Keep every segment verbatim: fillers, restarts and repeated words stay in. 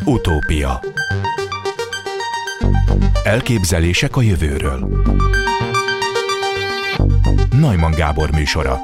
Utópia. Elképzelések a jövőről. Neumann Gábor műsora.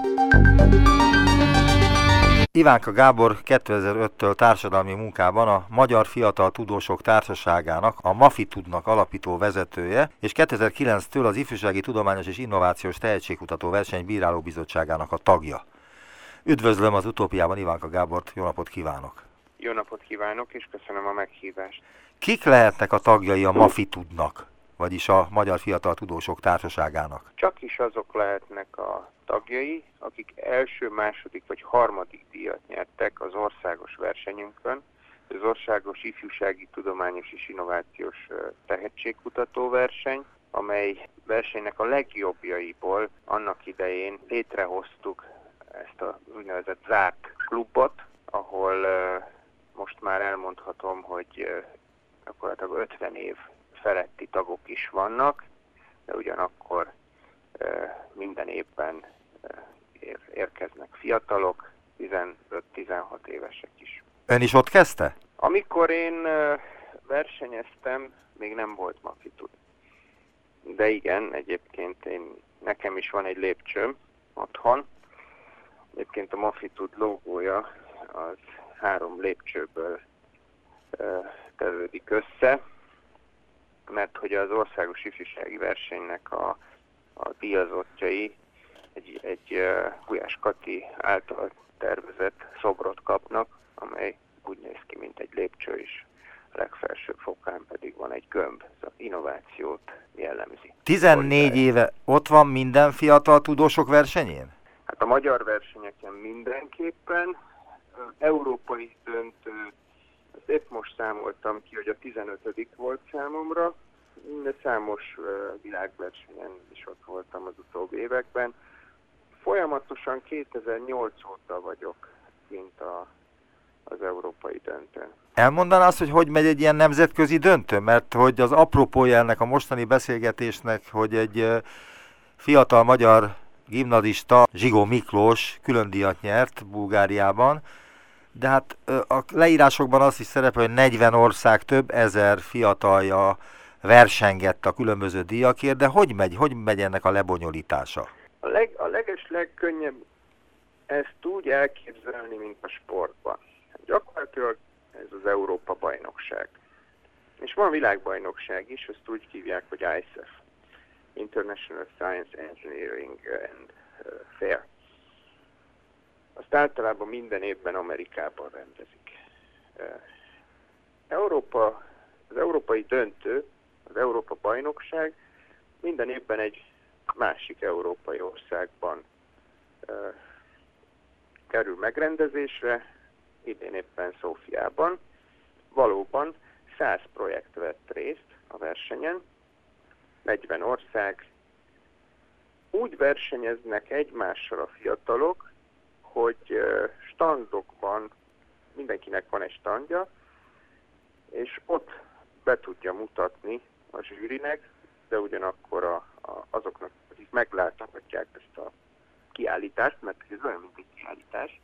Ivánka Gábor kétezer-öttől társadalmi munkában a Magyar Fiatal Tudósok Társaságának, a Mafitudnak alapító vezetője, és kétezer-kilenctől az Ifjúsági Tudományos és Innovációs Tehetségkutató Verseny Bírálóbizottságának a tagja. Üdvözlöm az Utópiában Ivánka Gábort, jó napot kívánok! Jó napot kívánok, és köszönöm a meghívást. Kik lehetnek a tagjai a Mafitudnak, vagyis a Magyar Fiatal Tudósok Társaságának? Csak is azok lehetnek a tagjai, akik első, második vagy harmadik díjat nyertek az országos versenyünkön, az Országos Ifjúsági Tudományos és Innovációs Tehetségkutató Verseny, amely versenynek a legjobbjaiból annak idején létrehoztuk ezt a úgynevezett zárt klubot, ahol most már elmondhatom, hogy gyakorlatilag ötven év feletti tagok is vannak, de ugyanakkor minden évben érkeznek fiatalok, tizenöt-tizenhat évesek is. Ön is ott kezdte? Amikor én versenyeztem, még nem volt Mafitud. De igen, egyébként én, nekem is van egy lépcsőm otthon. Egyébként a Mafitud logója az három lépcsőből tevődik össze, mert hogy az országos ifjúsági versenynek a, a díjazottjai egy, egy uh, Gulyás Kati által tervezett szobrot kapnak, amely úgy néz ki, mint egy lépcső is, a legfelsőbb fokán pedig van egy gömb, ez az innovációt jellemzi. tizennégy éve ott van minden fiatal tudósok versenyén? Hát a magyar versenyeken mindenképpen, európai döntő, azt épp most számoltam ki, hogy a tizenötödik volt számomra, de számos uh, világversenyen is ott voltam az utóbbi években. Folyamatosan kétezer-nyolc óta vagyok kint a, az európai döntőn. Elmondaná azt, hogy hogy megy egy ilyen nemzetközi döntő? Mert hogy az apropója ennek a mostani beszélgetésnek, hogy egy uh, fiatal magyar gimnazista, Zsigó Miklós külön díjat nyert Bulgáriában, de hát a leírásokban az is szerepel, hogy negyven ország több ezer fiatalja versengett a különböző díjakért, de hogy megy, hogy megy ennek a lebonyolítása? A, leg, a leges legkönnyebb ezt úgy elképzelni, mint a sportban. Gyakorlatilag ez az Európa-bajnokság. És van világbajnokság is, ezt úgy hívják, hogy I S E F, International Science Engineering and Fair. Azt általában minden évben Amerikában rendezik. Európa, az európai döntő, az Európa bajnokság minden évben egy másik európai országban uh, kerül megrendezésre, idén éppen Szófiában. Valóban száz projekt vett részt a versenyen, negyven ország. Úgy versenyeznek egymással a fiatalok, hogy standokban mindenkinek van egy standja, és ott be tudja mutatni a zsűrinek, de ugyanakkor a, a, azoknak, akik meglátogatják ezt a kiállítást, mert ez olyan, mint egy kiállítás,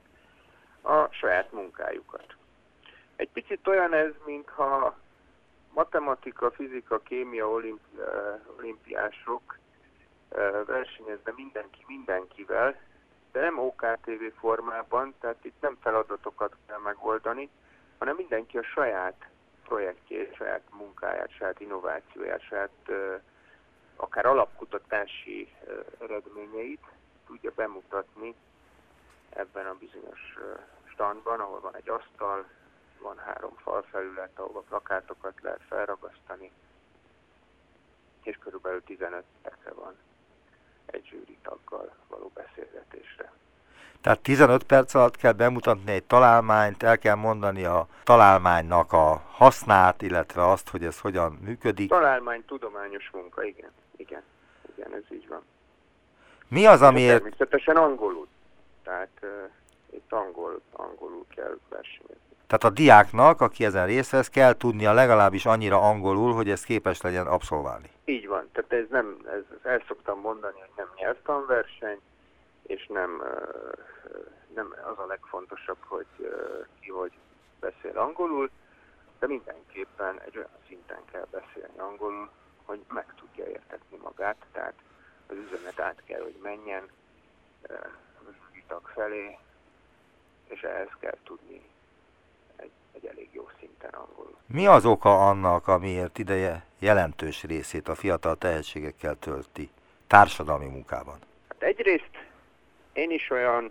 a saját munkájukat. Egy picit olyan ez, mintha matematika, fizika, kémia, olimpia, olimpiások versenyezne mindenki mindenkivel, de nem O K T V formában, tehát itt nem feladatokat kell megoldani, hanem mindenki a saját projektjét, saját munkáját, saját innovációját, saját uh, akár alapkutatási uh, eredményeit tudja bemutatni ebben a bizonyos uh, standban, ahol van egy asztal, van három falfelület, ahol a plakátokat lehet felragasztani, és körülbelül tizenöt perce van egy zsűritaggal való beszélgetésre. Tehát tizenöt perc alatt kell bemutatni egy találmányt, el kell mondani a találmánynak a hasznát, illetve azt, hogy ez hogyan működik. Találmány tudományos munka, igen. Igen, igen, ez így van. Mi az, amiért... Természetesen angolul. Tehát uh, itt angol, angolul kell versenyezni. Tehát a diáknak, aki ezen részt vesz, kell tudnia legalábbis annyira angolul, hogy ezt képes legyen abszolválni. Így van. Tehát ez nem, ez, el szoktam mondani, hogy nem nyelvtanverseny, és nem, nem az a legfontosabb, hogy ki hogy beszél angolul, de mindenképpen egy olyan szinten kell beszélni angolul, hogy meg tudja értetni magát, tehát az üzenet át kell, hogy menjen az ügyitag felé, és ehhez kell tudni egy, egy elég jó szinten angolul. Mi az oka annak, amiért ideje jelentős részét a fiatal tehetségekkel tölti társadalmi munkában? Hát egyrészt én is olyan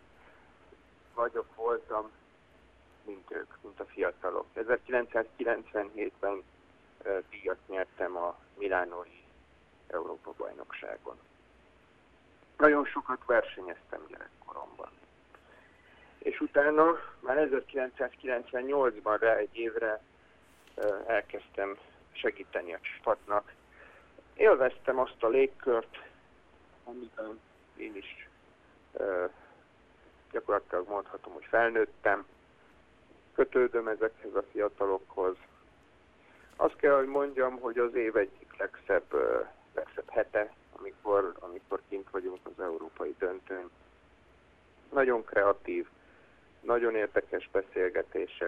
vagyok, voltam, mint ők, mint a fiatalok. ezerkilencszázkilencvenhétben uh, díjat nyertem a milánói Európa-bajnokságon. Nagyon sokat versenyeztem gyerekkoromban. És utána már ezerkilencszázkilencvennyolcban rá egy évre uh, elkezdtem segíteni a csapatnak. Élveztem azt a légkört, amiben én is uh, gyakorlatilag mondhatom, hogy felnőttem, kötődöm ezekhez a fiatalokhoz. Azt kell, hogy mondjam, hogy az év egyik legszebb, uh, legszebb hete, amikor, amikor kint vagyunk az európai döntőn. Nagyon kreatív, nagyon érdekes beszélgetések.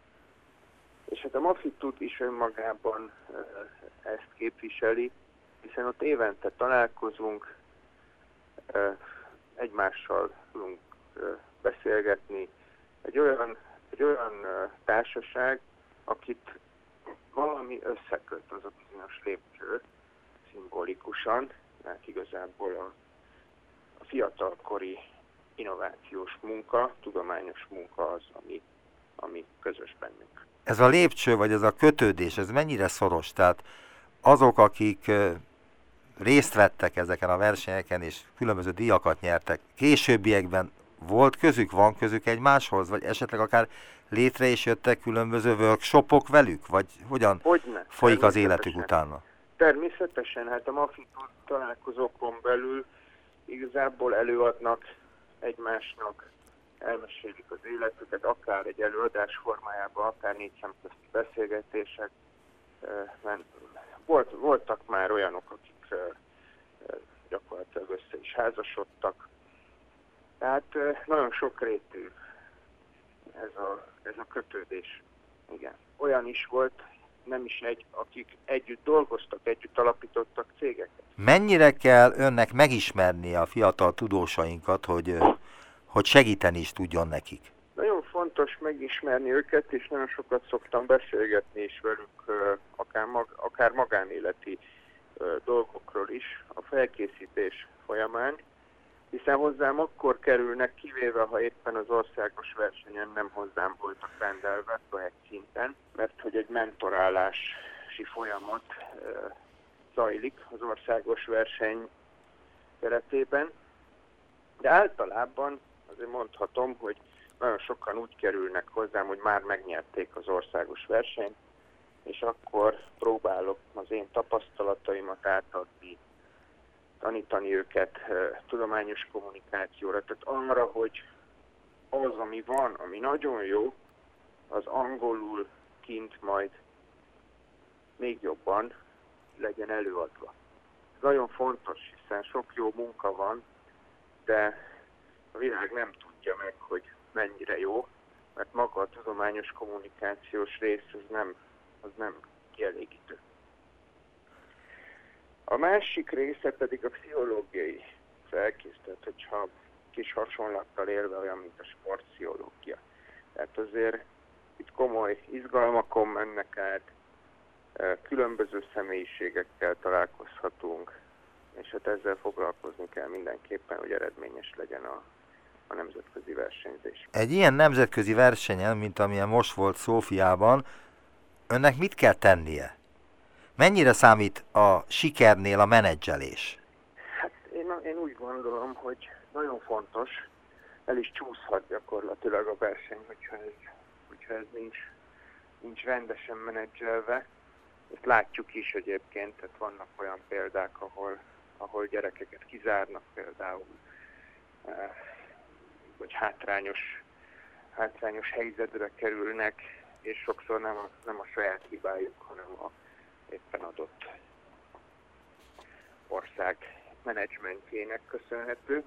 És hát a Mafitud is önmagában uh, ezt képviseli, hiszen ott évente találkozunk, uh, egymással tudunk uh, beszélgetni. Egy olyan, egy olyan uh, társaság, akit valami összeköt, az a bizonyos lépcső, szimbolikusan, mert igazából a, a fiatalkori innovációs munka, tudományos munka az, ami, ami közös bennünk. Ez a lépcső, vagy ez a kötődés, ez mennyire szoros? Tehát azok, akik részt vettek ezeken a versenyeken, és különböző díjakat nyertek, későbbiekben volt közük, van közük egymáshoz, vagy esetleg akár létre is jöttek különböző workshopok velük, vagy hogyan Hogyne, folyik az életük utána? Természetesen, hát a Mafitud találkozókon belül igazából előadnak egymásnak, elmesélik az életüket, akár egy előadás formájában, akár négy szemközti beszélgetések. Volt, voltak már olyanok, akik gyakorlatilag össze is házasodtak. Tehát nagyon sokrétű ez a, ez a kötődés. Igen. Olyan is volt, nem is egy, akik együtt dolgoztak, együtt alapítottak cégeket. Mennyire kell önnek megismerni a fiatal tudósainkat, hogy, hogy segíteni is tudjon nekik? Nagyon fontos megismerni őket, és nagyon sokat szoktam beszélgetni is velük, akár, mag, akár magánéleti dolgokról is a felkészítés folyamán, hiszen hozzám akkor kerülnek, kivéve ha éppen az országos versenyen nem hozzám voltak rendelve projekt szinten, mert hogy egy mentorálási folyamat e, zajlik az országos verseny keretében, de általában azért mondhatom, hogy nagyon sokan úgy kerülnek hozzám, hogy már megnyerték az országos versenyt, és akkor próbálok az én tapasztalataimat átadni, tanítani őket uh, tudományos kommunikációra, tehát arra, hogy az, ami van, ami nagyon jó, az angolul kint majd még jobban legyen előadva. Ez nagyon fontos, hiszen sok jó munka van, de a világ nem tudja meg, hogy mennyire jó, mert maga a tudományos kommunikációs rész az nem, az nem kielégítő. A másik része pedig a pszichológiai felkészített, hogyha kis hasonlattal élve olyan, mint a sportpszichológia. Tehát azért itt komoly izgalmakon mennek át, különböző személyiségekkel találkozhatunk, és hát ezzel foglalkozni kell mindenképpen, hogy eredményes legyen a, a nemzetközi versenyzés. Egy ilyen nemzetközi versenyen, mint amilyen most volt Szófiában, önnek mit kell tennie? Mennyire számít a sikernél a menedzselés? Hát én, én úgy gondolom, hogy nagyon fontos, el is csúszhat gyakorlatilag a verseny, hogyha ez, hogyha ez nincs, nincs rendesen menedzselve. Ezt látjuk is egyébként, tehát vannak olyan példák, ahol, ahol gyerekeket kizárnak például, vagy hátrányos, hátrányos helyzetre kerülnek, és sokszor nem a, nem a saját hibájuk, hanem a éppen adott ország menedzsmentjének köszönhető.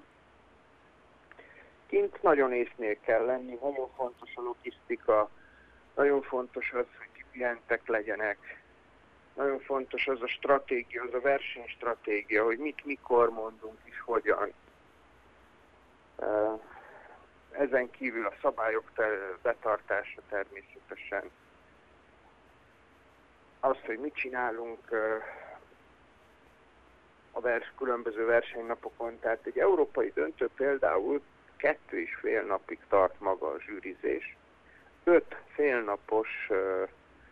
Kint nagyon észnél kell lenni, nagyon fontos a logisztika, nagyon fontos az, hogy koeficientek legyenek. Nagyon fontos az a stratégia, az a versenystratégia, hogy mit, mikor mondunk és hogyan. Ezen kívül a szabályok betartása természetesen. Azt, hogy mit csinálunk a vers, különböző versenynapokon. Tehát egy európai döntő például kettő és fél napig tart maga a zsűrizés. Öt félnapos uh,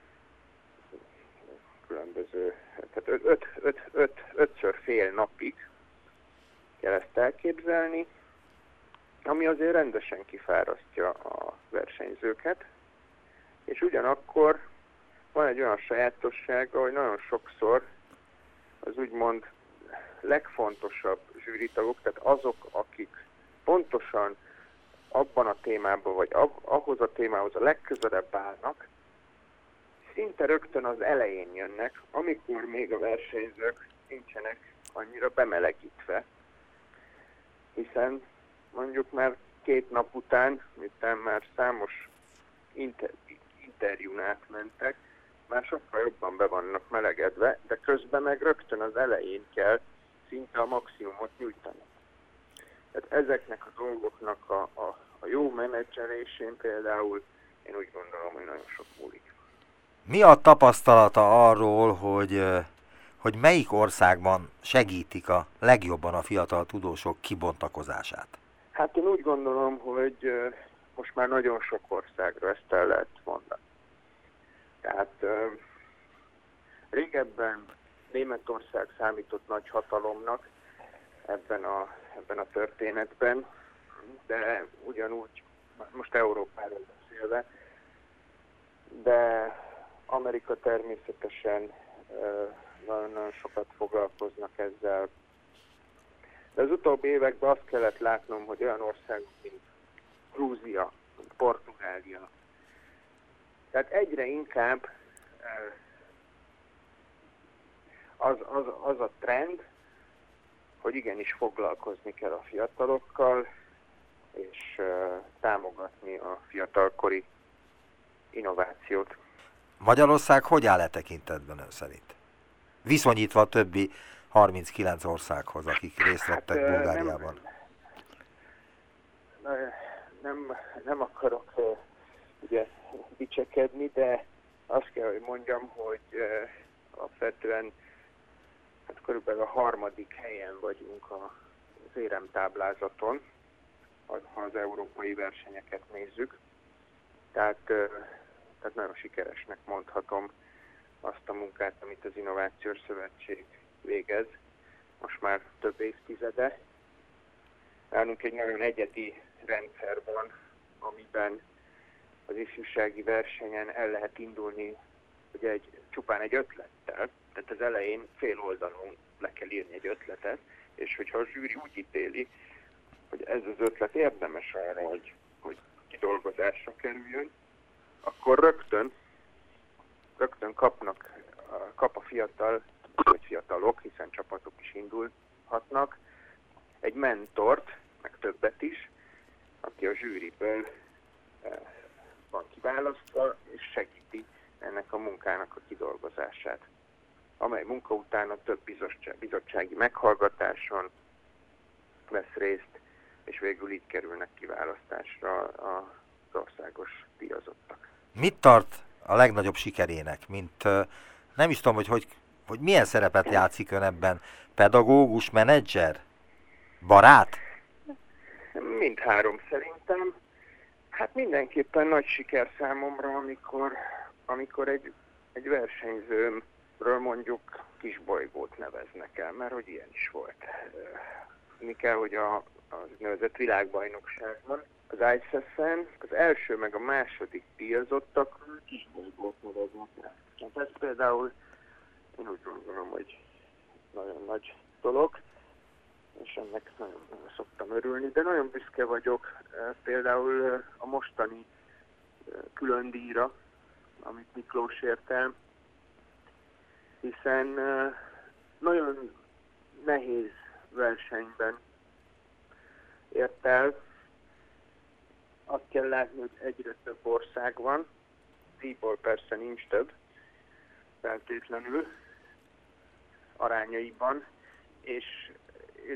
különböző, tehát öt, öt, öt, öt, ötször fél napig kell ezt elképzelni, ami azért rendesen kifárasztja a versenyzőket, és ugyanakkor van egy olyan sajátossága, hogy nagyon sokszor az úgymond legfontosabb zsűritagok, tehát azok, akik pontosan abban a témában, vagy ahhoz a témához a legközelebb állnak, szinte rögtön az elején jönnek, amikor még a versenyzők nincsenek annyira bemelegítve. Hiszen mondjuk már két nap után, miután már számos inter- interjún átmentek, már sokkal jobban be vannak melegedve, de közben meg rögtön az elején kell szinte a maximumot nyújtani. Tehát ezeknek a dolgoknak a, a, a jó menedzselésén például én úgy gondolom, hogy nagyon sok múlik. Mi a tapasztalata arról, hogy, hogy melyik országban segítik a legjobban a fiatal tudósok kibontakozását? Hát én úgy gondolom, hogy most már nagyon sok országra ezt el lehet mondani. Tehát régebben Németország számított nagy hatalomnak ebben a, ebben a történetben, de ugyanúgy, most Európáról beszélve, de Amerika természetesen nagyon-nagyon sokat foglalkoznak ezzel. De az utóbbi években azt kellett látnom, hogy olyan országok, mint Grúzia, mint Portugália, tehát egyre inkább az, az, az a trend, hogy igenis foglalkozni kell a fiatalokkal, és uh, támogatni a fiatalkori innovációt. Magyarország hogy áll e tekintetben ön szerint? Viszonyítva a többi harminckilenc országhoz, akik részt vettek hát, Bulgáriában. Nem, nem, nem akarok uh, ugye dicsekedni, de azt kell, hogy mondjam, hogy uh, alapvetően hát körülbelül a harmadik helyen vagyunk az éremtáblázaton, ha az európai versenyeket nézzük. Tehát, tehát nagyon sikeresnek mondhatom azt a munkát, amit az Innovációs Szövetség végez, most már több évtizede. Nálunk egy nagyon egyedi rendszer van, amiben az ifjúsági versenyen el lehet indulni ugye egy, csupán egy ötlettel, tehát az elején fél oldalon le kell írni egy ötletet, és hogyha a zsűri úgy ítéli, hogy ez az ötlet érdemes arra, hogy, hogy kidolgozásra kerüljön, akkor rögtön, rögtön kapnak, kap a fiatal, vagy fiatalok, hiszen csapatok is indulhatnak, egy mentort, meg többet is, aki a zsűriből van kiválasztva, és segíti ennek a munkának a kidolgozását, amely munka után a több bizottsági meghallgatáson vesz részt, és végül így kerülnek kiválasztásra az országos díjazottak. Mit tart a legnagyobb sikerének, mint nem is tudom, hogy, hogy, hogy milyen szerepet játszik ön ebben? Pedagógus, menedzser? Barát? Mindhárom szerintem. Hát mindenképpen nagy siker számomra, amikor, amikor egy, egy versenyzőmről mondjuk Kisbolygót neveznek el, mert hogy ilyen is volt. Mi kell, hogy a, az nevezett világbajnokságban, az i es es en az első meg a második díjazottak Kisbolygót neveznek el. Hát ez például én úgy gondolom, hogy nagyon nagy dolog, és ennek nagyon, nagyon szoktam örülni, de nagyon büszke vagyok például a mostani külön díjra, amit Miklós ért el, hiszen nagyon nehéz versenyben ért el. Azt kell látni, hogy egyre több ország van, díjból persze nincs több, feltétlenül arányaiban, és, és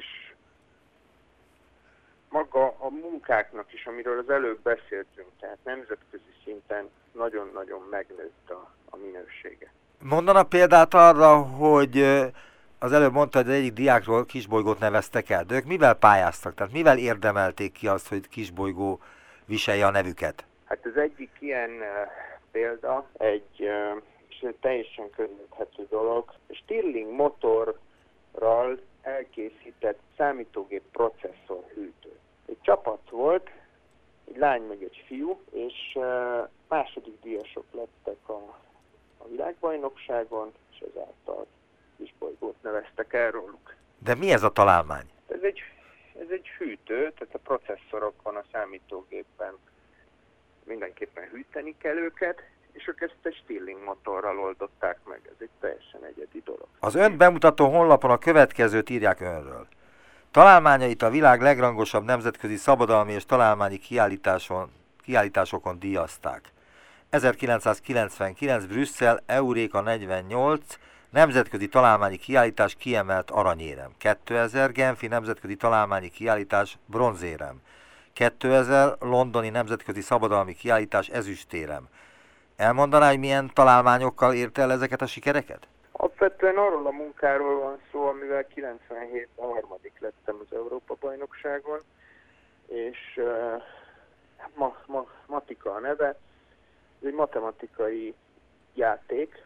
maga a munkáknak is, amiről az előbb beszéltünk, tehát nemzetközi szinten nagyon-nagyon megnőtt a, a minősége. Mondana példát arra, hogy az előbb mondta, hogy egyik diákról Kisbolygót neveztek el, de ők mivel pályáztak? Tehát mivel érdemelték ki azt, hogy Kisbolygó viselje a nevüket? Hát az egyik ilyen uh, példa, egy uh, teljesen közvethető dolog, Stirling motorral elkészített számítógép processzor hűtő. Egy csapat volt, egy lány meg egy fiú, és uh, második díjasok lettek a, a világbajnokságon, és ezáltal Kisbolygót neveztek el róluk. De mi ez a találmány? Ez egy, ez egy hűtő, tehát a processzorokon a számítógépben mindenképpen hűteni kell őket, és ők ezt egy Stirling motorral oldották meg. Ez egy teljesen egyedi dolog. Az ön bemutató honlapon a következőt írják önről. Találmányait a világ legrangosabb nemzetközi szabadalmi és találmányi kiállításon, kiállításokon díjazták. ezerkilencszázkilencvenkilenc Brüsszel, Euréka negyvennyolc, Nemzetközi Találmányi Kiállítás kiemelt aranyérem. kétezer Genfi Nemzetközi Találmányi Kiállítás bronzérem. kétezer Londoni Nemzetközi Szabadalmi Kiállítás ezüstérem. Elmondaná, hogy milyen találmányokkal ért el ezeket a sikereket? Alapvetően arról a munkáról van szó, amivel kilencvenhétben harmadik lettem az Európa-bajnokságon, és uh, ma, ma, Matika a neve, ez egy matematikai játék,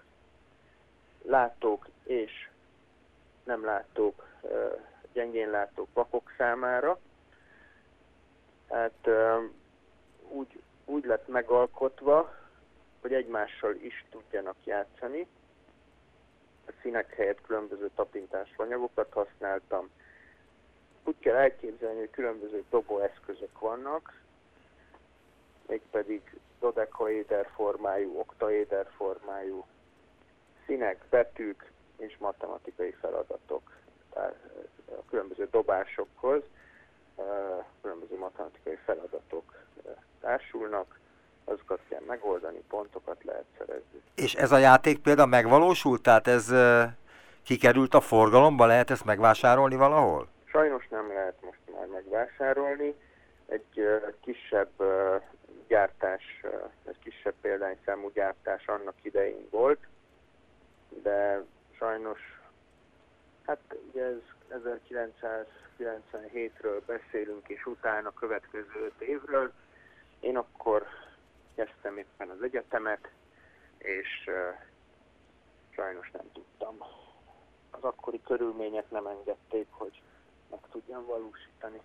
látók és nem látók, uh, gyengén látók vakok számára. Hát uh, úgy, úgy lett megalkotva, hogy egymással is tudjanak játszani. A színek helyett különböző tapintású anyagokat használtam. Úgy kell elképzelni, hogy különböző dobóeszközök vannak, mégpedig dodekaéder formájú, oktaéder formájú színek, betűk és matematikai feladatok. Tehát a különböző dobásokhoz különböző matematikai feladatok társulnak, azokat kell megoldani, pontokat lehet szerezni. És ez a játék például megvalósult? Tehát ez uh, kikerült a forgalomba? Lehet ezt megvásárolni valahol? Sajnos nem lehet most már megvásárolni. Egy uh, kisebb uh, gyártás, uh, egy kisebb példányszámú gyártás annak idején volt, de sajnos, hát ugye ez ezerkilencszázkilencvenhétről beszélünk, és utána következő öt évről. Én akkor kezdtem éppen az egyetemet, és uh, sajnos nem tudtam. Az akkori körülmények nem engedték, hogy meg tudjam valósítani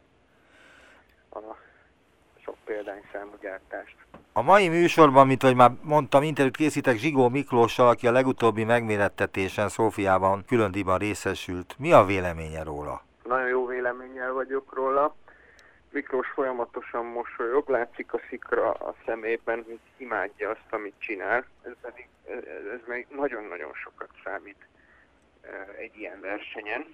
a sok példányszámú gyártást. A mai műsorban, mint ahogy már mondtam, interjút készítek Zsigó Miklóssal, aki a legutóbbi megmérettetésen Szófiában külön díjban részesült. Mi a véleménye róla? Nagyon jó véleménnyel vagyok róla. Miklós folyamatosan mosolyog, látszik a szikra a szemében, hogy imádja azt, amit csinál. Ez pedig ez még nagyon-nagyon sokat számít egy ilyen versenyen.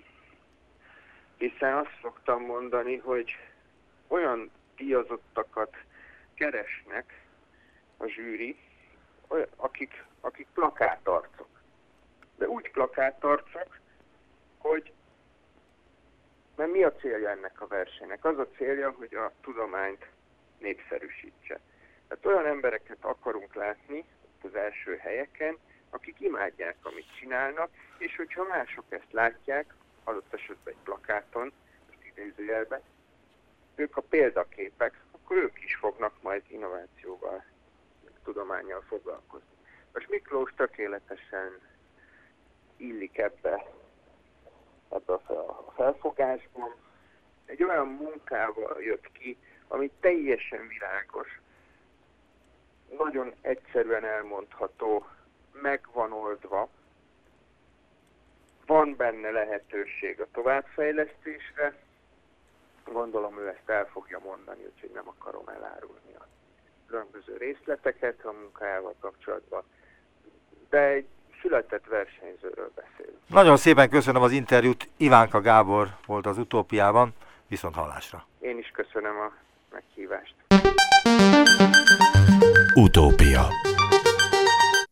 Hiszen azt szoktam mondani, hogy olyan díjazottakat keresnek a zsűri, akik, akik plakátarcok. De úgy plakátarcok, hogy mert mi a célja ennek a versenynek? Az a célja, hogy a tudományt népszerűsítse. Tehát olyan embereket akarunk látni az első helyeken, akik imádják, amit csinálnak, és hogyha mások ezt látják, adott esetben egy plakáton, idézőjelben, ők a példaképek, akkor ők is fognak majd innovációval, tudománnyal foglalkozni. Most Miklós tökéletesen illik ebbe, ebbe a felfogásban. Egy olyan munkával jött ki, ami teljesen világos, nagyon egyszerűen elmondható, meg van oldva, van benne lehetőség a továbbfejlesztésre, gondolom ő ezt el fogja mondani, úgyhogy nem akarom elárulni a különböző részleteket a munkájával kapcsolatban, de egy született versenyzőről beszélünk. Nagyon szépen köszönöm az interjút, Ivánka Gábor volt az Utópiában, viszont hallásra. Én is köszönöm a meghívást. Utópia.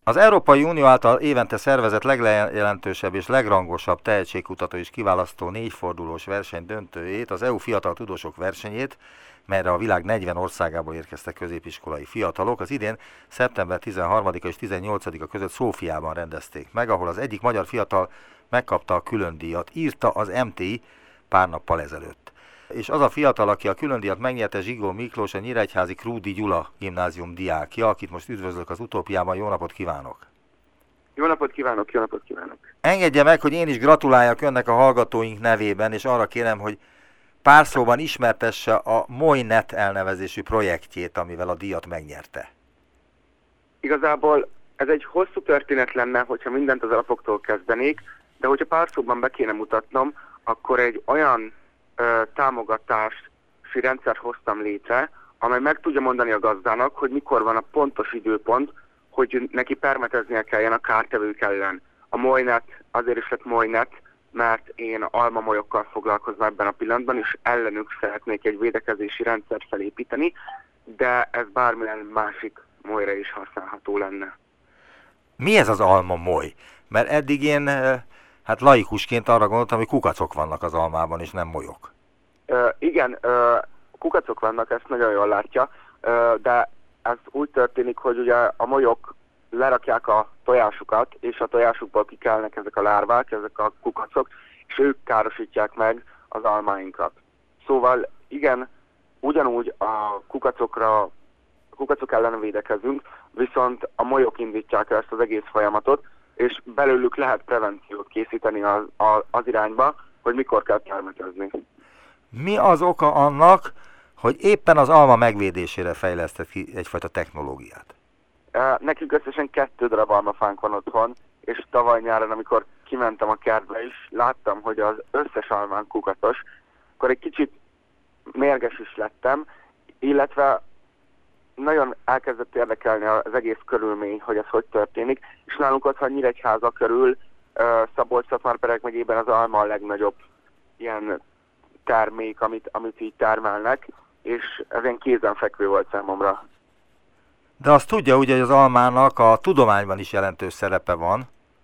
Az Európai Unió által évente szervezett legjelentősebb és legrangosabb tehetségkutató és kiválasztó négyfordulós verseny döntőjét, az é u Fiatal Tudósok versenyét, melyre a világ negyven országából érkeztek középiskolai fiatalok, az idén szeptember tizenharmadika és tizennyolcadika között Szófiában rendezték meg, ahol az egyik magyar fiatal megkapta a különdíjat, írta az em té i pár nappal ezelőtt. És az a fiatal, aki a különdíjat megnyerte, Zsigó Miklós, a Nyíregyházi Krúdy Gyula gimnázium diákja, akit most üdvözlök az Utópiában. Jó napot kívánok! Jó napot kívánok, jó napot kívánok! Engedje meg, hogy én is gratuláljak önnek a hallgatóink nevében, és arra kérem, hogy pár szóban ismertesse a MOINET elnevezésű projektjét, amivel a díjat megnyerte. Igazából ez egy hosszú történet lenne, hogyha mindent az alapoktól kezdenék, de hogyha pár szóban be kéne mutatnom, akkor egy olyan ö, támogatási rendszert hoztam létre, amely meg tudja mondani a gazdának, hogy mikor van a pontos időpont, hogy neki permeteznie kelljen a kártevők ellen. A MOINET azért is lett MOINET, mert én almamolyokkal foglalkozom ebben a pillanatban, és ellenük szeretnék egy védekezési rendszert felépíteni, de ez bármilyen másik molyra is használható lenne. Mi ez az almamoly? Mert eddig én hát laikusként arra gondoltam, hogy kukacok vannak az almában, és nem molyok. Uh, igen, uh, kukacok vannak, ezt nagyon jól látja, uh, de ez úgy történik, hogy ugye a molyok lerakják a tojásukat, és a tojásukból kikelnek ezek a lárvák, ezek a kukacok, és ők károsítják meg az almáinkat. Szóval igen, ugyanúgy a kukacokra, kukacok ellen védekezünk, viszont a molyok indítják ezt az egész folyamatot, és belőlük lehet prevenciót készíteni az, az irányba, hogy mikor kell permetezni. Mi az oka annak, hogy éppen az alma megvédésére fejlesztett ki egyfajta technológiát? Nekünk összesen kettő darab almafánk van otthon, és tavaly nyáron, amikor kimentem a kertbe is, láttam, hogy az összes almán kukacos, akkor egy kicsit mérges is lettem, illetve nagyon elkezdett érdekelni az egész körülmény, hogy ez hogy történik, és nálunk otthon Nyíregyháza körül, Szabolcs-Szatmár-Bereg megyében az alma a legnagyobb ilyen termék, amit, amit így termelnek, és ez ilyen kézenfekvő volt számomra. De azt tudja ugye, hogy az almának a tudományban is jelentős szerepe van.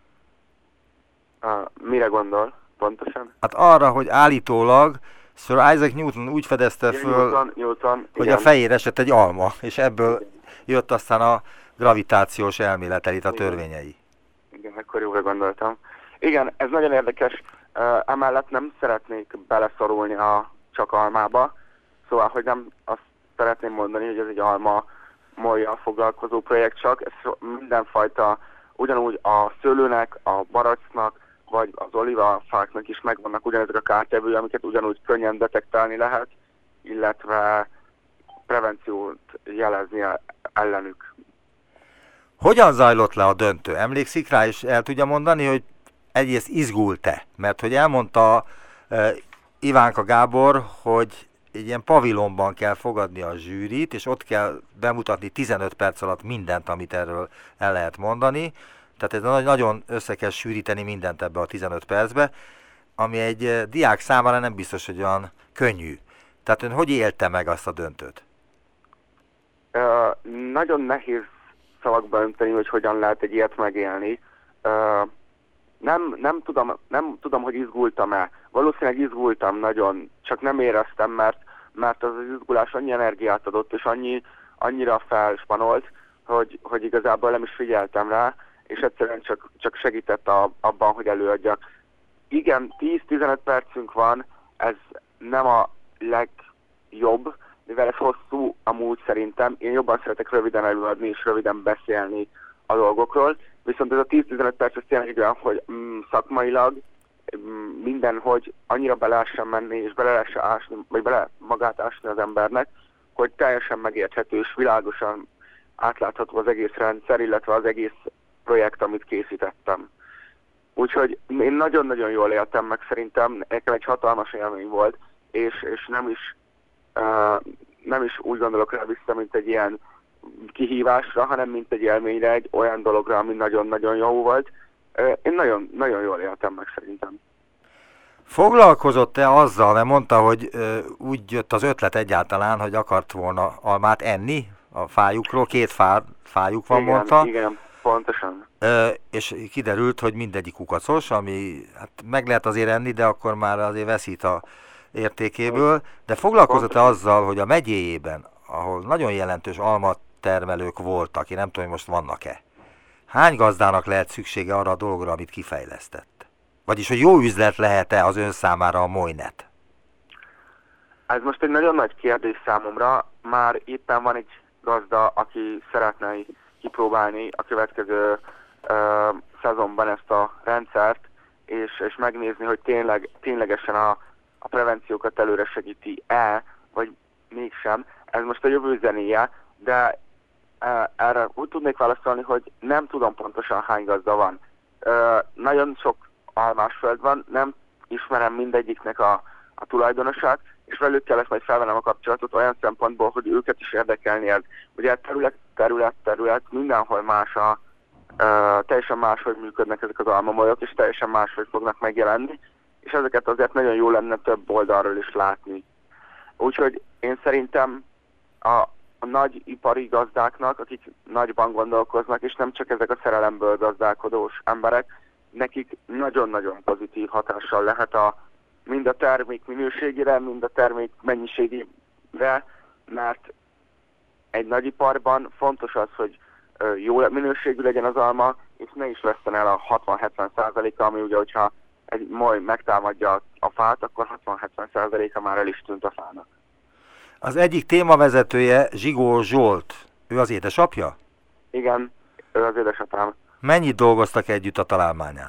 Uh, mire gondol pontosan? Hát arra, hogy állítólag Sir Isaac Newton úgy fedezte igen, föl, Newton, Newton, hogy igen. a fejére esett egy alma, és ebből jött aztán a gravitációs elméletelét a törvényei. Igen, akkor jóra gondoltam. Igen, ez nagyon érdekes. Uh, emellett nem szeretnék beleszorulni a csak almába, szóval, hogy nem azt szeretném mondani, hogy ez egy alma mollyal foglalkozó projekt csak, ez mindenfajta, ugyanúgy a szőlőnek, a baracnak, vagy az olívafáknak is megvannak ugyanezek a kártevői, amiket ugyanúgy könnyen detektálni lehet, illetve prevenciót jelezni ellenük. Hogyan zajlott le a döntő? Emlékszik rá, és el tudja mondani, hogy egyrészt izgult-e? Mert hogy elmondta uh, Ivánka Gábor, hogy egy ilyen pavilonban kell fogadni a zsűrit, és ott kell bemutatni tizenöt perc alatt mindent, amit erről el lehet mondani. Tehát ez nagyon össze kell sűríteni mindent ebbe a tizenöt percbe, ami egy diák számára nem biztos, hogy olyan könnyű. Tehát ön hogy élte meg azt a döntőt? Uh, nagyon nehéz szavakba önteni, hogy hogyan lehet egy ilyet megélni. Uh, nem, nem, tudom, nem tudom, hogy izgultam-e. Valószínűleg izgultam nagyon, csak nem éreztem, mert, mert az, az izgulás annyi energiát adott, és annyi, annyira felspanolt, hogy, hogy igazából nem is figyeltem rá, és egyszerűen csak, csak segített a, abban, hogy előadjak. Igen, tíz-tizenöt percünk van, ez nem a legjobb, mivel ez hosszú amúgy szerintem. Én jobban szeretek röviden előadni és röviden beszélni a dolgokról, viszont ez a tíz-tizenöt perc az tényleg olyan, hogy mm, szakmailag mm, mindenhogy annyira bele lehessen menni, és bele lehessen ásni, vagy bele magát ásni az embernek, hogy teljesen megérthető és világosan átlátható az egész rendszer, illetve az egész projekt, amit készítettem. Úgyhogy én nagyon-nagyon jól éltem meg, szerintem nekem egy hatalmas élmény volt, és, és nem is uh, nem is úgy gondolok rá vissza, mint egy ilyen kihívásra, hanem mint egy élményre, egy olyan dologra, ami nagyon-nagyon jó volt. Uh, én nagyon, nagyon jól éltem meg, szerintem. Foglalkozott-e azzal, mert mondta, hogy uh, úgy jött az ötlet egyáltalán, hogy akart volna almát enni a fájukról, két fá, fájuk van, igen, mondta. Igen. Pontosan. Ö, és kiderült, hogy mindegyik kukacos, ami hát meg lehet azért enni, de akkor már azért veszít a értékéből. De foglalkozott-e azzal, hogy a megyéjében, ahol nagyon jelentős almatermelők voltak, én nem tudom, hogy most vannak-e, hány gazdának lehet szüksége arra a dologra, amit kifejlesztett? Vagyis, hogy jó üzlet lehet-e az ön számára a Molynet? Ez most egy nagyon nagy kérdés számomra. Már éppen van egy gazda, aki szeretne kipróbálni a következő ö, szezonban ezt a rendszert, és, és megnézni, hogy tényleg, ténylegesen a, a prevenciókat előre segíti-e, vagy mégsem. Ez most a jövő zenéje, de e, erre úgy tudnék válaszolni, hogy nem tudom pontosan hány gazda van. Ö, nagyon sok almásföld van, nem ismerem mindegyiknek a, a tulajdonosát, és velük kellett majd felvennem a kapcsolatot olyan szempontból, hogy őket is érdekelni ez. Ugye terület, terület, terület, mindenhol más a, uh, teljesen máshogy működnek ezek az almamolyok, és teljesen máshogy fognak megjelenni, és ezeket azért nagyon jó lenne több oldalról is látni. Úgyhogy én szerintem a, a nagy ipari gazdáknak, akik nagyban gondolkoznak, és nem csak ezek a szerelemből gazdálkodós emberek, nekik nagyon-nagyon pozitív hatással lehet a mind a termék minőségére, mind a termék mennyiségére, mert egy nagyiparban fontos az, hogy jó minőségű legyen az alma, és ne is veszten el a hatvan-hetven százaléka, ami ugye, hogyha egy moly megtámadja a fát, akkor hatvan-hetven százaléka már el is tűnt a fának. Az egyik témavezetője Zsigó Zsolt. Ő az édesapja? Igen, ő az édesapám. Mennyit dolgoztak együtt a találmányán?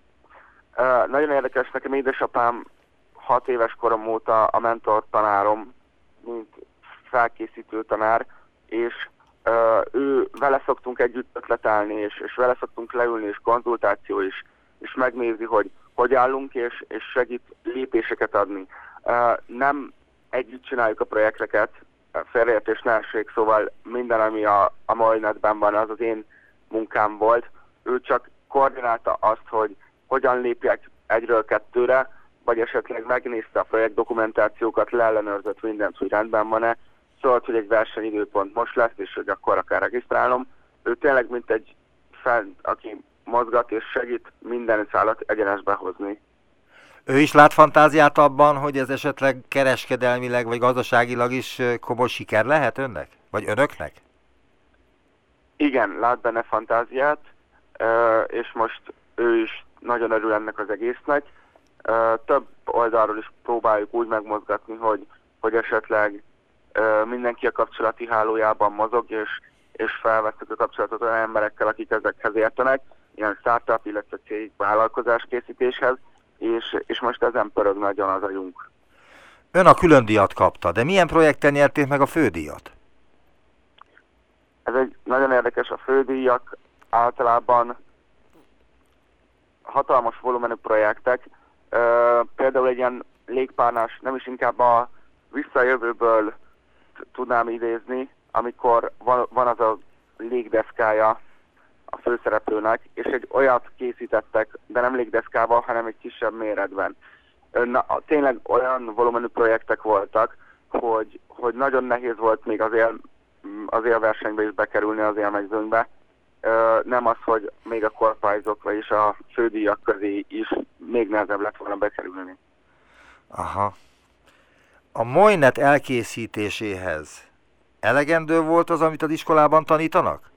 Uh, nagyon érdekes, nekem édesapám hat éves korom óta a mentor tanárom, mint felkészítő tanár, és uh, ő vele szoktunk együtt ötletelni, és, és vele szoktunk leülni, és konzultáció is, és megnézni, hogy hogy állunk, és, és segít lépéseket adni. Uh, nem együtt csináljuk a projekteket, félreértés ne essék, szóval minden, ami a, a Molynetben van, az az én munkám volt. Ő csak koordinálta azt, hogy hogyan lépjek egyről kettőre, vagy esetleg megnézte a projekt dokumentációkat, leellenőrzött mindent, hogy rendben van-e, szólt, hogy egy versenyidőpont most lesz, és hogy akkor akár regisztrálnom. Ő tényleg mint egy fel, aki mozgat és segít minden szállat egyenesbe hozni. Ő is lát fantáziát abban, hogy ez esetleg kereskedelmileg vagy gazdaságilag is komoly siker lehet önnek? Vagy önöknek? Igen, lát benne fantáziát, és most ő is nagyon örül ennek az egésznek. Több oldalról is próbáljuk úgy megmozgatni, hogy, hogy esetleg mindenki a kapcsolati hálójában mozog, és, és felvettük a kapcsolatot olyan emberekkel, akik ezekhez értenek, ilyen startup, illetve cég vállalkozás készítéshez, és, és most ezen pörög nagyon az agyunk. Ön a külön díjat kapta, de milyen projekten nyerték meg a fődíjat? Ez egy nagyon érdekes, a fődíjak általában hatalmas volumenű projektek, uh, például egy ilyen légpárnás, nem is inkább a visszajövőből tudnám idézni, amikor van, van az a légdeszkája a főszereplőnek, és egy olyat készítettek, de nem légdeszkával, hanem egy kisebb méretben. Na, tényleg olyan volumenű projektek voltak, hogy, hogy nagyon nehéz volt még az, él, az élversenybe is bekerülni, az élmezőnybe. Nem az, hogy még a korpályzok, vagyis a fődíjak közé is még nehezebb lett volna bekerülni. Aha. A Molynet elkészítéséhez elegendő volt az, amit az iskolában tanítanak?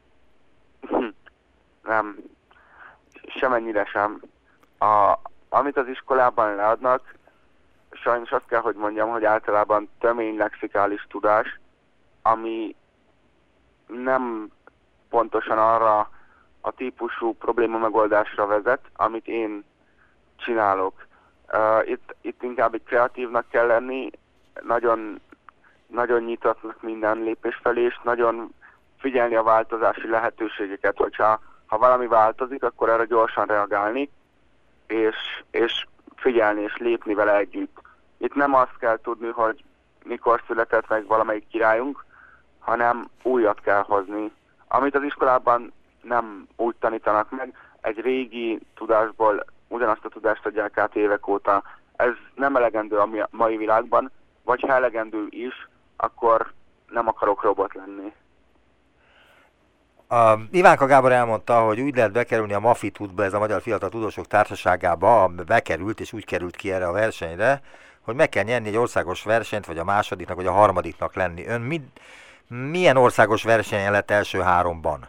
Nem. Semennyire sem. A, amit az iskolában leadnak, sajnos azt kell, hogy mondjam, hogy általában tömény lexikális tudás, ami nem pontosan arra a típusú probléma megoldásra vezet, amit én csinálok. Uh, itt, itt inkább egy kreatívnak kell lenni, nagyon, nagyon nyitottnak minden lépés felé, és nagyon figyelni a változási lehetőségeket, hogyha ha valami változik, akkor erre gyorsan reagálni, és, és figyelni és lépni vele együtt. Itt nem azt kell tudni, hogy mikor született meg valamelyik királyunk, hanem újat kell hozni. Amit az iskolában nem úgy tanítanak meg, egy régi tudásból ugyanazt a tudást adják át évek óta. Ez nem elegendő a mai világban, vagy ha elegendő is, akkor nem akarok robot lenni. A Ivánka Gábor elmondta, hogy úgy lehet bekerülni a Mafitudba, ez a Magyar Fiatal Tudósok Társaságába, bekerült és úgy került ki erre a versenyre, hogy meg kell nyerni egy országos versenyt, vagy a másodiknak, vagy a harmadiknak lenni. Ön mi, milyen országos versenyen lett első háromban?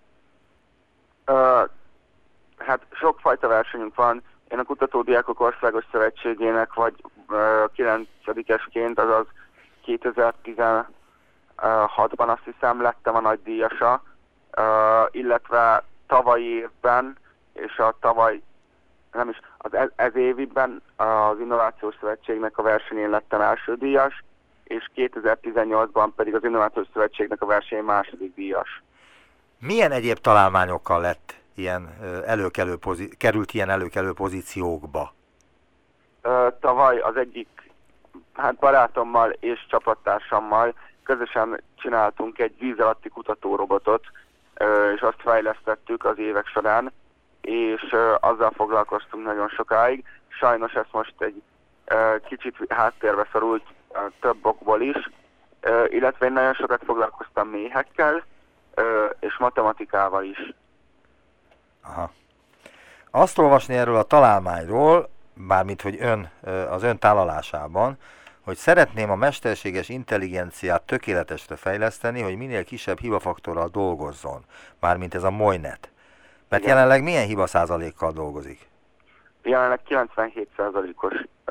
Uh, hát sokfajta versenyünk van. Én a Kutatódiákok Országos Szövetségének vagy uh, kilencedikesként, azaz kétezer-tizenhatban azt hiszem lettem a nagydíjasa, uh, illetve tavalyi évben és a tavaly, nem is, az ez, ez évben az Innovációs Szövetségnek a versenyén lettem első díjas, és kétezer-tizennyolcban pedig az Innovációs Szövetségnek a versenyén második díjas. Milyen egyéb találmányokkal lett ilyen előkelő pozí- került ilyen előkelő pozíciókba? Uh, tavaly az egyik hát barátommal és csapattársammal közösen csináltunk egy víz alatti kutatórobotot, uh, és azt fejlesztettük az évek során, és uh, azzal foglalkoztunk nagyon sokáig. Sajnos ez most egy uh, kicsit háttérbe szorult uh, több okból is, uh, illetve én nagyon sokat foglalkoztam méhekkel, és matematikával is. Aha. Azt olvasni erről a találmányról, bármint hogy ön az ön tálalásában, hogy szeretném a mesterséges intelligenciát tökéletesre fejleszteni, hogy minél kisebb hibafaktorral dolgozzon, bármint ez a MOINET. Mert igen. Jelenleg milyen hiba százalékkal dolgozik? Jelenleg kilencvenhét százalékos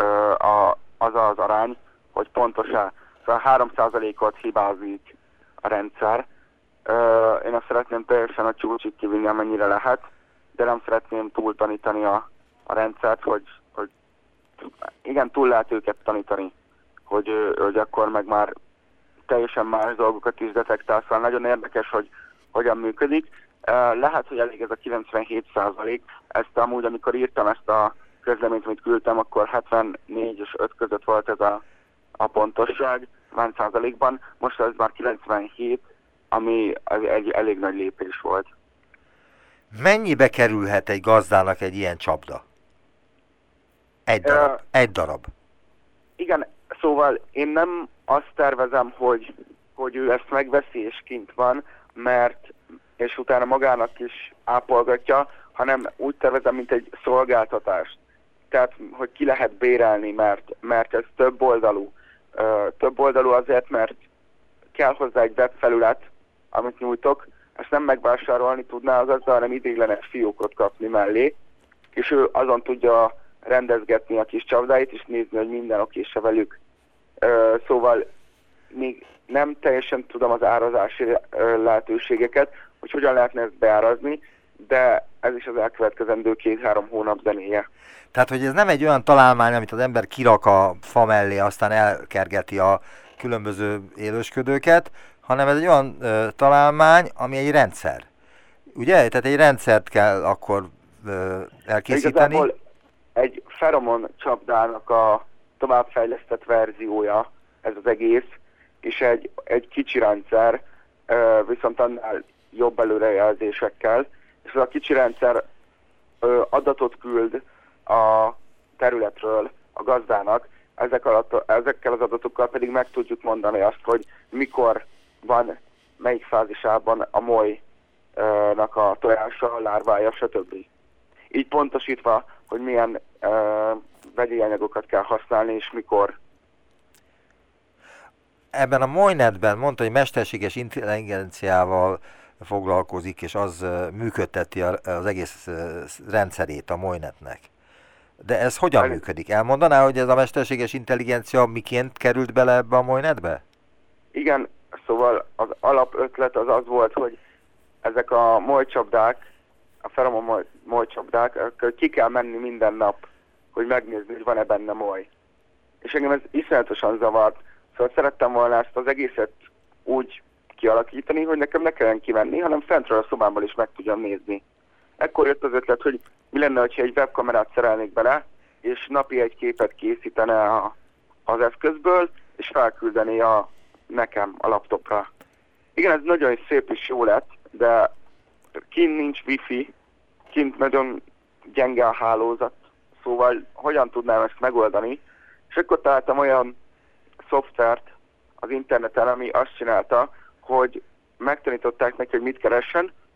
az az arány, hogy pontosan, szóval három százalékot hibázik a rendszer. Uh, én azt szeretném teljesen a csúcsig kivinni, amennyire lehet, de nem szeretném túl tanítani a, a rendszert, hogy, hogy igen, túl lehet őket tanítani, hogy, hogy akkor meg már teljesen más dolgokat is detektál, szóval nagyon érdekes, hogy hogyan működik. Uh, lehet, hogy elég ez a kilencvenhét százalék, ezt amúgy, amikor írtam ezt a közleményt, amit küldtem, akkor hetvennégy és öt között volt ez a, a pontosság, hány százalékban, most ez már kilencvenhét, ami egy elég nagy lépés volt. Mennyibe kerülhet egy gazdának egy ilyen csapda? Egy darab. Uh, egy darab. Igen, szóval én nem azt tervezem, hogy, hogy ő ezt megveszi és kint van, mert és utána magának is ápolgatja, hanem úgy tervezem, mint egy szolgáltatást. Tehát, hogy ki lehet bérelni, mert, mert ez több oldalú. Uh, több oldalú azért, mert kell hozzá egy webfelület, amit nyújtok, ezt nem megvásárolni tudná az azzal, hanem idéglenes fiókot kapni mellé, és ő azon tudja rendezgetni a kis csapdáit, és nézni, hogy minden oké-e velük. Ö, szóval még nem teljesen tudom az árazási lehetőségeket, hogy hogyan lehetne ezt beárazni, de ez is az elkövetkezendő két-három hónap zenéje. Tehát, hogy ez nem egy olyan találmány, amit az ember kirak a fa mellé, aztán elkergeti a különböző élősködőket, hanem ez egy olyan ö, találmány, ami egy rendszer. Ugye? Tehát egy rendszert kell akkor ö, elkészíteni. Igazából egy feromon csapdának a továbbfejlesztett verziója ez az egész, és egy, egy kicsi rendszer, ö, viszont annál jobb előrejelzésekkel, és az a kicsi rendszer ö, adatot küld a területről a gazdának, ezek alatt, ezekkel az adatokkal pedig meg tudjuk mondani azt, hogy mikor van, melyik fázisában a molynak a tojása, a lárvája, stb. Így pontosítva, hogy milyen uh, vegyi anyagokat kell használni, és mikor. Ebben a MOINET-ben mondta, hogy mesterséges intelligenciával foglalkozik, és az uh, működteti az egész uh, rendszerét a MOINET-nek. De ez hogyan El... működik? Elmondaná, hogy ez a mesterséges intelligencia miként került bele ebbe a MOINET-be? Igen, szóval az alapötlet az az volt, hogy ezek a molycsapdák, a feromon molycsapdák, ki kell menni minden nap, hogy megnézni, hogy van-e benne moly. És engem ez iszonyatosan zavart. Szóval szerettem volna ezt az egészet úgy kialakítani, hogy nekem ne kelljen kimenni, hanem fentről a szobámból is meg tudjam nézni. Ekkor jött az ötlet, hogy mi lenne, ha egy webkamerát szerelnék bele, és napi egy képet készítene a, az eszközből, és felküldeni a, nekem a laptopra. Igen, ez nagyon szép és jó lett, de kint nincs wifi, kint nagyon gyenge a hálózat, szóval hogyan tudnám ezt megoldani? És akkor találtam olyan szoftvert az interneten, ami azt csinálta, hogy megtanították neki, hogy mit keressen,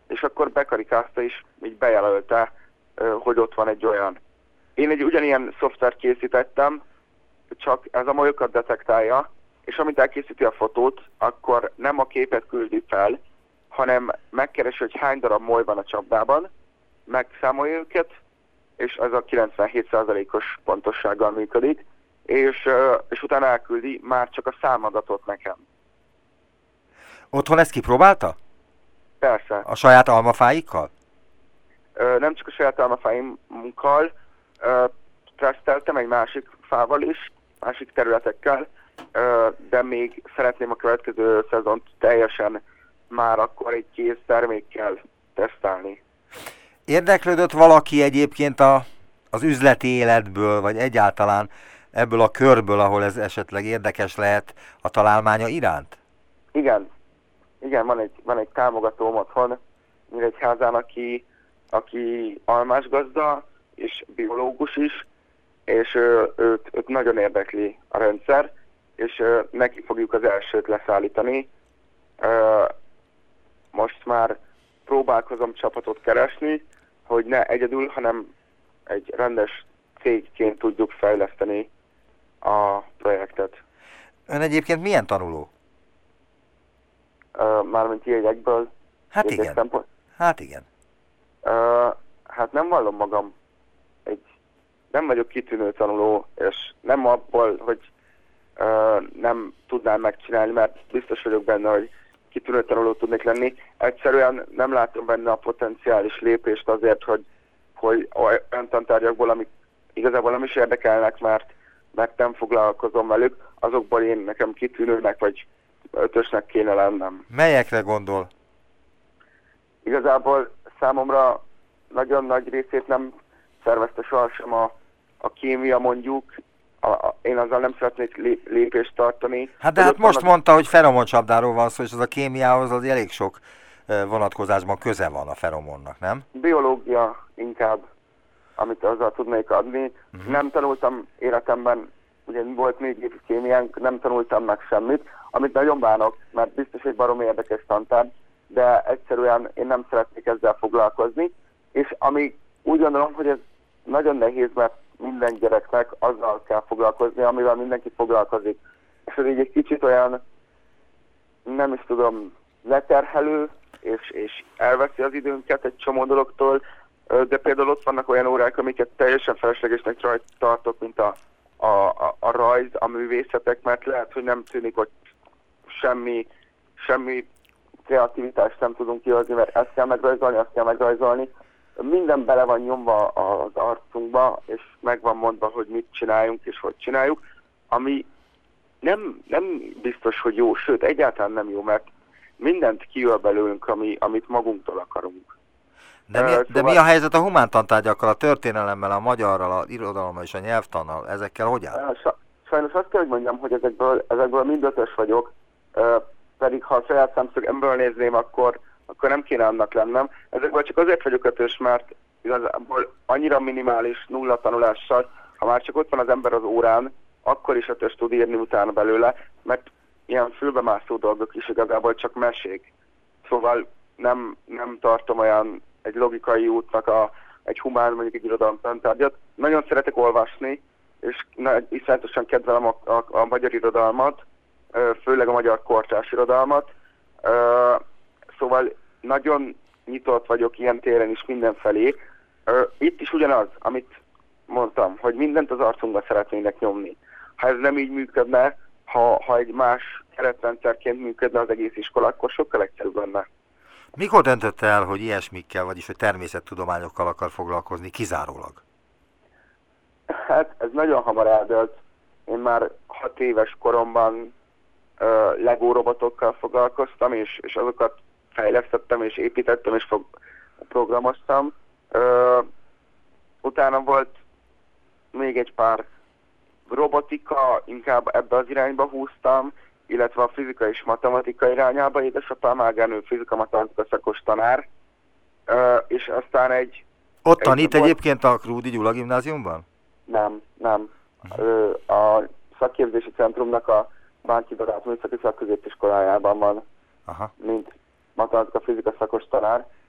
és akkor bekarikázta is, így bejelölte, hogy ott van egy olyan. Én egy ugyanilyen szoftvert készítettem, csak ez a molyokat detektálja, és amit elkészíti a fotót, akkor nem a képet küldi fel, hanem megkeresi, hogy hány darab moly van a csapdában, megszámolja őket, és ez a kilencvenhét százalékos pontossággal működik, és, és utána elküldi már csak a számadatot nekem. Otthon ezt kipróbálta? Persze. A saját almafáikkal? Nem csak a saját almafáimmal, teszteltem egy másik fával is, másik területekkel, de még szeretném a következő szezont teljesen már akkor egy kész termékkel tesztelni. Érdeklődött valaki egyébként a, az üzleti életből, vagy egyáltalán ebből a körből, ahol ez esetleg érdekes lehet, a találmánya iránt? Igen. Igen, van egy, van egy támogatóm otthon, Nyíregyházán, aki, aki almásgazda, és biológus is, és ő, őt, őt nagyon érdekli a rendszer, és ő, neki fogjuk az elsőt leszállítani. Most már próbálkozom csapatot keresni, hogy ne egyedül, hanem egy rendes cégként tudjuk fejleszteni a projektet. Ön egyébként milyen tanuló? Uh, mármint jegyekből. Hát igen. Szempont. Hát igen. Uh, hát nem vallom magam egy, nem vagyok kitűnő tanuló, és nem abból, hogy uh, nem tudnám megcsinálni, mert biztos vagyok benne, hogy kitűnő tanuló tudnék lenni. Egyszerűen nem látom benne a potenciális lépést azért, hogy, hogy olyan tantárgyakból, amik igazából nem is érdekelnek, mert, mert nem foglalkozom velük, azokból én nekem kitűnőnek vagy ötösnek kéne lennem. Melyekre gondol? Igazából számomra nagyon nagy részét nem szervezte sohasem a, a kémia, mondjuk. A, a, én azzal nem szeretnék lé, lépést tartani. Hát de hát most vannak... mondta, hogy feromoncsapdáról van szó, és az a kémiához az elég sok vonatkozásban köze van a feromonnak, nem? Biológia inkább, amit azzal tudnék adni. Uh-huh. Nem tanultam életemben, ugye volt négy évi kémiánk, nem tanultam meg semmit, amit nagyon bánok, mert biztos egy baromi érdekes tantárgy, de egyszerűen én nem szeretnék ezzel foglalkozni, és ami úgy gondolom, hogy ez nagyon nehéz, mert minden gyereknek azzal kell foglalkozni, amivel mindenki foglalkozik. És ez így egy kicsit olyan, nem is tudom, leterhelő, és, és elveszi az időnket egy csomó dologtól, de például ott vannak olyan órák, amiket teljesen feleslegesnek tartok, mint a, a, a, a rajz, a művészetek, mert lehet, hogy nem tűnik, hogy semmi, semmi kreativitást nem tudunk kihozni, mert ezt kell megrajzolni, azt kell megrajzolni. Minden bele van nyomva az arcunkba, és meg van mondva, hogy mit csináljunk és hogy csináljuk, ami nem, nem biztos, hogy jó, sőt, egyáltalán nem jó, mert mindent kiöl belőlünk, ami, amit magunktól akarunk. De mi, uh, szóval... de mi a helyzet a humántantárgyakkal, a történelemmel, a magyarral, az irodalommal és a nyelvtannal? Ezekkel hogy áll? Sajnos azt kell, hogy mondjam, hogy ezekből, ezekből mind ötös vagyok, uh, pedig ha a saját szemszögemből nézném, akkor, akkor nem kéne annak lennem. Ezekből csak azért vagyok ötös, mert igazából annyira minimális nulla tanulással, ha már csak ott van az ember az órán, akkor is ötös tud írni utána belőle, mert ilyen fülbemászó dolgok is igazából csak mesék. Szóval nem, nem tartom olyan egy logikai útnak a, egy humán, mondjuk egy irodalomtantárgyat. Nagyon szeretek olvasni, és iszonyatosan kedvelem a, a, a magyar irodalmat, főleg a magyar kortárs irodalmat. Szóval nagyon nyitott vagyok ilyen téren is mindenfelé. Itt is ugyanaz, amit mondtam, hogy mindent az arcunkba szeretnének nyomni. Ha ez nem így működne, ha, ha egy más keretrendszerként működne az egész iskola, akkor sokkal egyszerűbb lenne. Mikor döntötte el, hogy ilyesmikkel, vagyis hogy természettudományokkal akar foglalkozni kizárólag? Hát ez nagyon hamar eldőlt. Én már hat éves koromban uh, Lego robotokkal foglalkoztam, és, és azokat fejlesztettem, és építettem, és fog, programoztam. Uh, utána volt még egy pár robotika, inkább ebbe az irányba húztam, illetve a fizika és matematika irányába. Édesapám Ágánő fizika-matematika szakos tanár, uh, és aztán egy... Ott tanít egy egyébként a Krúdi Gyula gimnáziumban? Nem, nem. Uh-huh. Uh, a szakképzési centrumnak a Bánki Dorát műszaki szakközépiskolájában van, aha, mint matematika-fizika szakos tanár,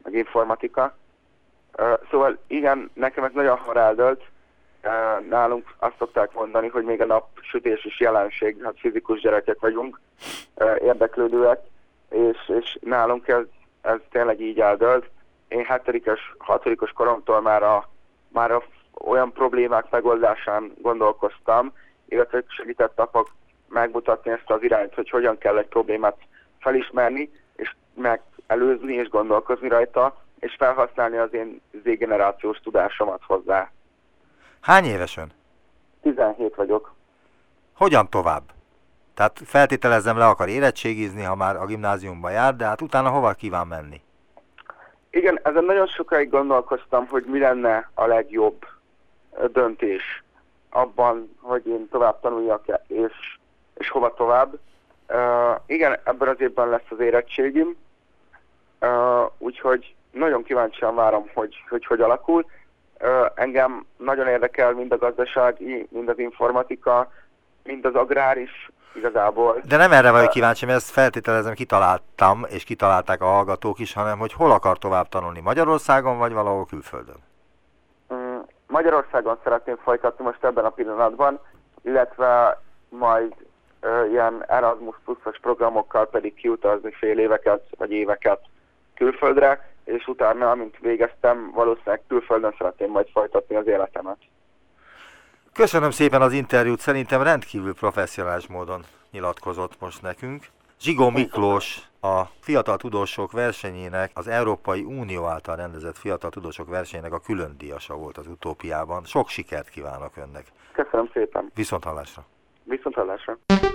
meg informatika. Szóval igen, nekem ez nagyon hamar eldőlt. Nálunk azt szokták mondani, hogy még a napsütés is jelenség, hát fizikus gyerekek vagyunk, érdeklődőek, és, és nálunk ez, ez tényleg így eldőlt. Én hetedikes, hatodikos koromtól már, a, már a olyan problémák megoldásán gondolkoztam, illetve segített apok megmutatni ezt az irányt, hogy hogyan kell egy problémát felismerni, és megelőzni, és gondolkozni rajta, és felhasználni az én Z-generációs tudásomat hozzá. Hány éves ön? tizenhét vagyok. Hogyan tovább? Tehát feltételezem, le akar érettségizni, ha már a gimnáziumban jár, de hát utána hova kíván menni? Igen, ezen nagyon sokáig gondolkoztam, hogy mi lenne a legjobb döntés abban, hogy én tovább tanuljak, és, és hova tovább. Uh, igen, ebben az évben lesz az érettségim, uh, úgyhogy nagyon kíváncsian várom, hogy hogy, hogy alakul. Uh, engem nagyon érdekel mind a gazdasági, mind az informatika, mind az agrár is igazából. De nem erre vagyok kíváncsi, mert ezt feltételezem kitaláltam, és kitalálták a hallgatók is, hanem hogy hol akar tovább tanulni, Magyarországon vagy valahol külföldön? Um, Magyarországon szeretném folytatni most ebben a pillanatban, illetve majd uh, ilyen Erasmus pluszos programokkal pedig kiutazni fél éveket vagy éveket külföldre, és utána, amint végeztem, valószínűleg külföldön szeretném majd folytatni az életemet. Köszönöm szépen az interjút, szerintem rendkívül professzionális módon nyilatkozott most nekünk. Zsigó Miklós, a Fiatal Tudósok versenyének, az Európai Unió által rendezett Fiatal Tudósok versenyének a külön díjasa volt az Utópiában. Sok sikert kívánok önnek. Köszönöm szépen. Viszont hallásra. Viszont hallásra.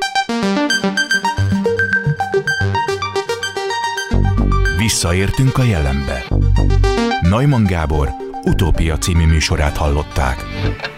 Visszaértünk a jelenbe. Neumann Gábor Utópia című műsorát hallották.